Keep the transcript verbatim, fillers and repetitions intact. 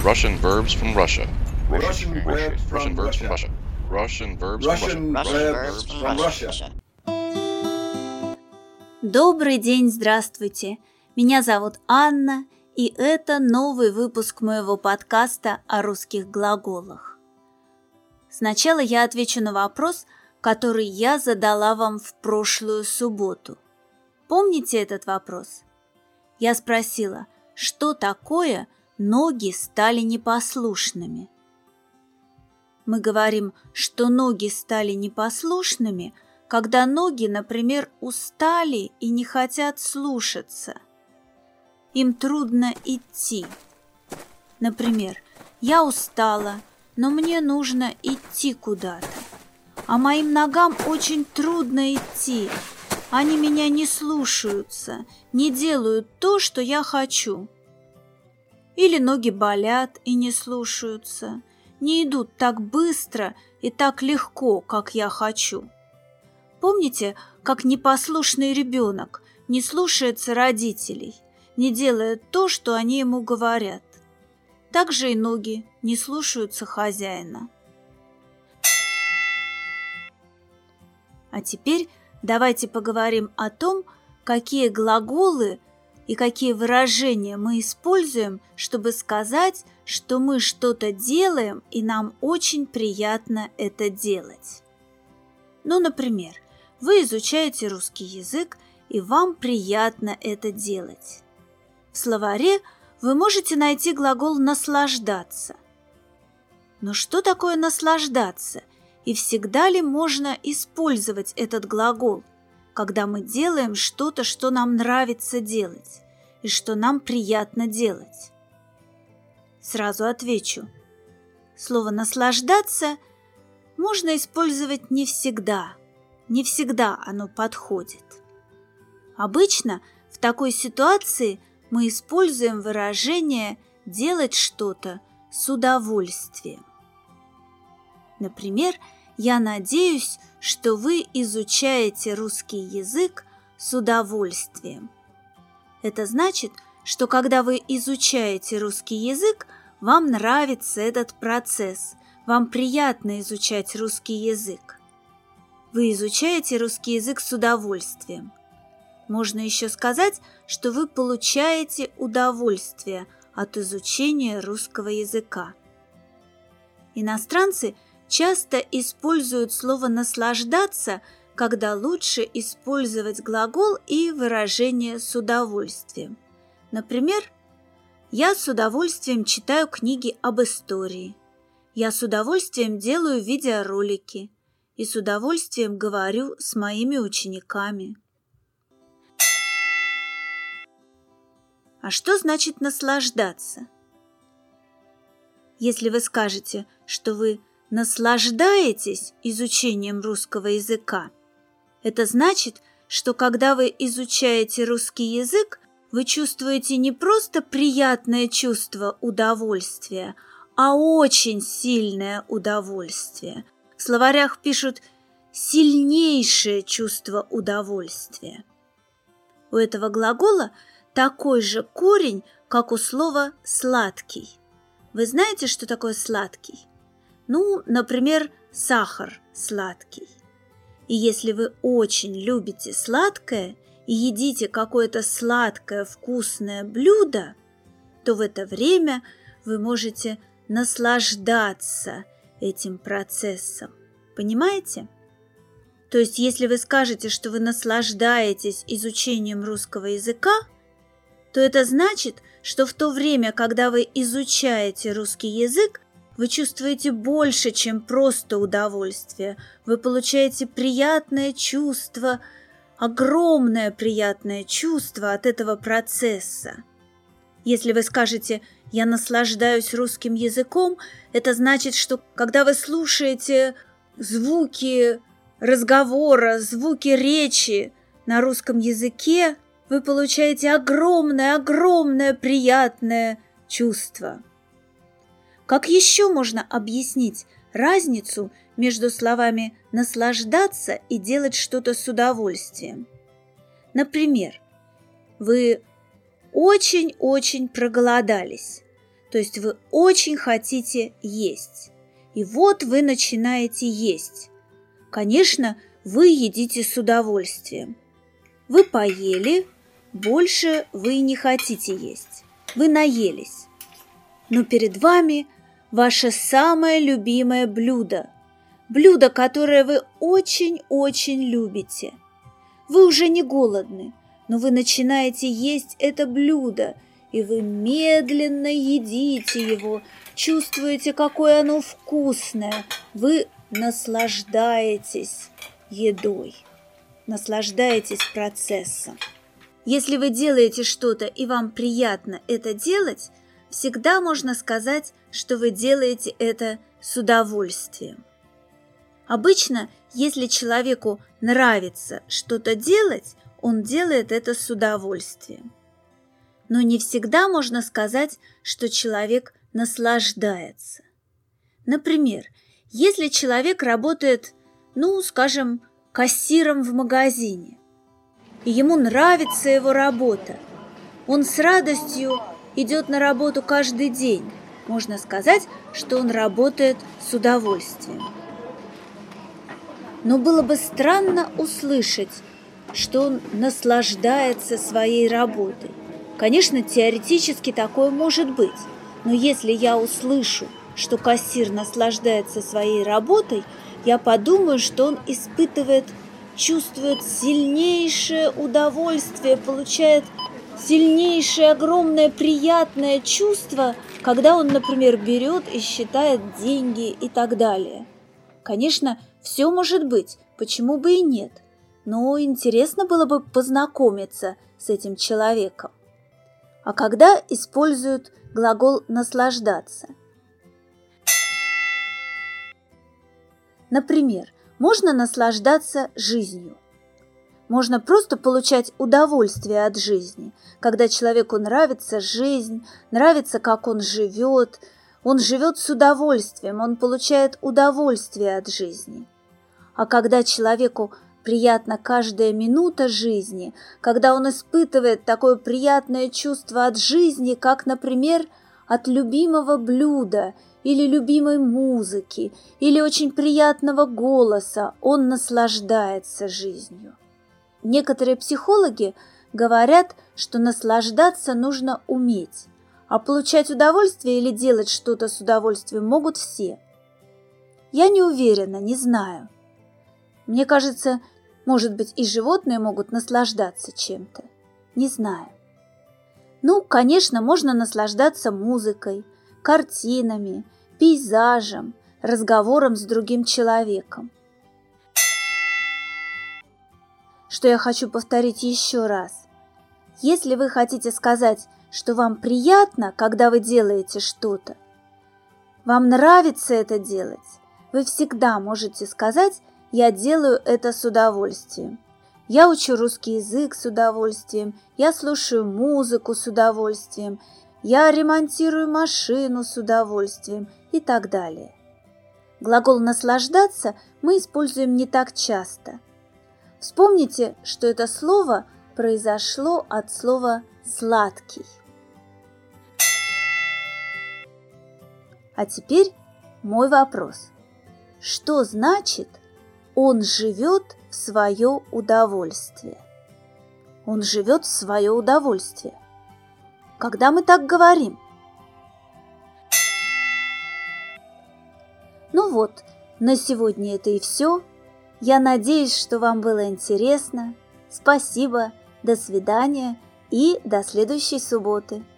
Russian verbs from Russia. Russian verbs Russian from verbs from Russia. Russia. Russian verbs Russian from Russia. verbs from Russia. Добрый день, здравствуйте! Меня зовут Анна, и это новый выпуск моего подкаста о русских глаголах. Сначала я отвечу на вопрос, который я задала вам в прошлую субботу. Помните этот вопрос? Я спросила, что такое «ноги стали непослушными»? Мы говорим, что ноги стали непослушными, когда ноги, например, устали и не хотят слушаться. Им трудно идти. Например, я устала, но мне нужно идти куда-то. А моим ногам очень трудно идти. Они меня не слушаются, не делают то, что я хочу. Или ноги болят и не слушаются, не идут так быстро и так легко, как я хочу. Помните, как непослушный ребенок не слушается родителей, не делает то, что они ему говорят? Так же и ноги не слушаются хозяина. А теперь давайте поговорим о том, какие глаголы и какие выражения мы используем, чтобы сказать, что мы что-то делаем и нам очень приятно это делать. Ну, например, вы изучаете русский язык, и вам приятно это делать. В словаре вы можете найти глагол «наслаждаться». Но что такое «наслаждаться»? И всегда ли можно использовать этот глагол, когда мы делаем что-то, что нам нравится делать, и что нам приятно делать? Сразу отвечу. Слово «наслаждаться» можно использовать не всегда. Не всегда оно подходит. Обычно в такой ситуации мы используем выражение «делать что-то с удовольствием». Например, я надеюсь, что вы изучаете русский язык с удовольствием. Это значит, что когда вы изучаете русский язык, вам нравится этот процесс, вам приятно изучать русский язык. Вы изучаете русский язык с удовольствием. Можно еще сказать, что вы получаете удовольствие от изучения русского языка. Иностранцы часто используют слово «наслаждаться», когда лучше использовать глагол и выражение «с удовольствием». Например, «Я с удовольствием читаю книги об истории», «Я с удовольствием делаю видеоролики» и «с удовольствием говорю с моими учениками». А что значит «наслаждаться»? Если вы скажете, что вы наслаждаетесь изучением русского языка, это значит, что когда вы изучаете русский язык, вы чувствуете не просто приятное чувство удовольствия, а очень сильное удовольствие. В словарях пишут «сильнейшее чувство удовольствия». У этого глагола такой же корень, как у слова «сладкий». Вы знаете, что такое «сладкий»? Ну, например, сахар сладкий. И если вы очень любите сладкое и едите какое-то сладкое вкусное блюдо, то в это время вы можете наслаждаться этим процессом. Понимаете? То есть, если вы скажете, что вы наслаждаетесь изучением русского языка, то это значит, что в то время, когда вы изучаете русский язык, вы чувствуете больше, чем просто удовольствие. Вы получаете приятное чувство, огромное приятное чувство от этого процесса. Если вы скажете «я наслаждаюсь русским языком», это значит, что когда вы слушаете звуки разговора, звуки речи на русском языке, вы получаете огромное-огромное приятное чувство. Как еще можно объяснить разницу между словами «наслаждаться» и «делать что-то с удовольствием»? Например, вы очень-очень проголодались. То есть вы очень хотите есть. И вот вы начинаете есть. Конечно, вы едите с удовольствием. Вы поели, больше вы не хотите есть. Вы наелись. Но перед вами ваше самое любимое блюдо. Блюдо, которое вы очень-очень любите. Вы уже не голодны, но вы начинаете есть это блюдо, и вы медленно едите его, чувствуете, какое оно вкусное. Вы наслаждаетесь едой, наслаждаетесь процессом. Если вы делаете что-то и вам приятно это делать, всегда можно сказать, что вы делаете это с удовольствием. Обычно, если человеку нравится что-то делать, он делает это с удовольствием. Но не всегда можно сказать, что человек наслаждается. Например, если человек работает, ну, скажем, кассиром в магазине, и ему нравится его работа, он с радостью идет на работу каждый день, можно сказать, что он работает с удовольствием. Но было бы странно услышать, что он наслаждается своей работой. Конечно, теоретически такое может быть, но если я услышу, что кассир наслаждается своей работой, я подумаю, что он испытывает, чувствует сильнейшее удовольствие, получает сильнейшее, огромное, приятное чувство, когда он, например, берет и считает деньги и так далее. Конечно, все может быть, почему бы и нет, но интересно было бы познакомиться с этим человеком. А когда используют глагол «наслаждаться»? Например, можно наслаждаться жизнью. Можно просто получать удовольствие от жизни, когда человеку нравится жизнь, нравится, как он живет, он живет с удовольствием, он получает удовольствие от жизни. А когда человеку приятна каждая минута жизни, когда он испытывает такое приятное чувство от жизни, как, например, от любимого блюда или любимой музыки, или очень приятного голоса, он наслаждается жизнью. Некоторые психологи говорят, что наслаждаться нужно уметь, а получать удовольствие или делать что-то с удовольствием могут все. Я не уверена, не знаю. Мне кажется, может быть, и животные могут наслаждаться чем-то. Не знаю. Ну, конечно, можно наслаждаться музыкой, картинами, пейзажем, разговором с другим человеком. Что я хочу повторить еще раз. Если вы хотите сказать, что вам приятно, когда вы делаете что-то, вам нравится это делать, вы всегда можете сказать: «Я делаю это с удовольствием». Я учу русский язык с удовольствием, я слушаю музыку с удовольствием, я ремонтирую машину с удовольствием и так далее. Глагол «наслаждаться» мы используем не так часто. Вспомните, что это слово произошло от слова «сладкий». А теперь мой вопрос. Что значит «он живет в свое удовольствие»? Он живет в свое удовольствие. Когда мы так говорим? Ну вот, на сегодня это и все. Я надеюсь, что вам было интересно. Спасибо, до свидания и до следующей субботы.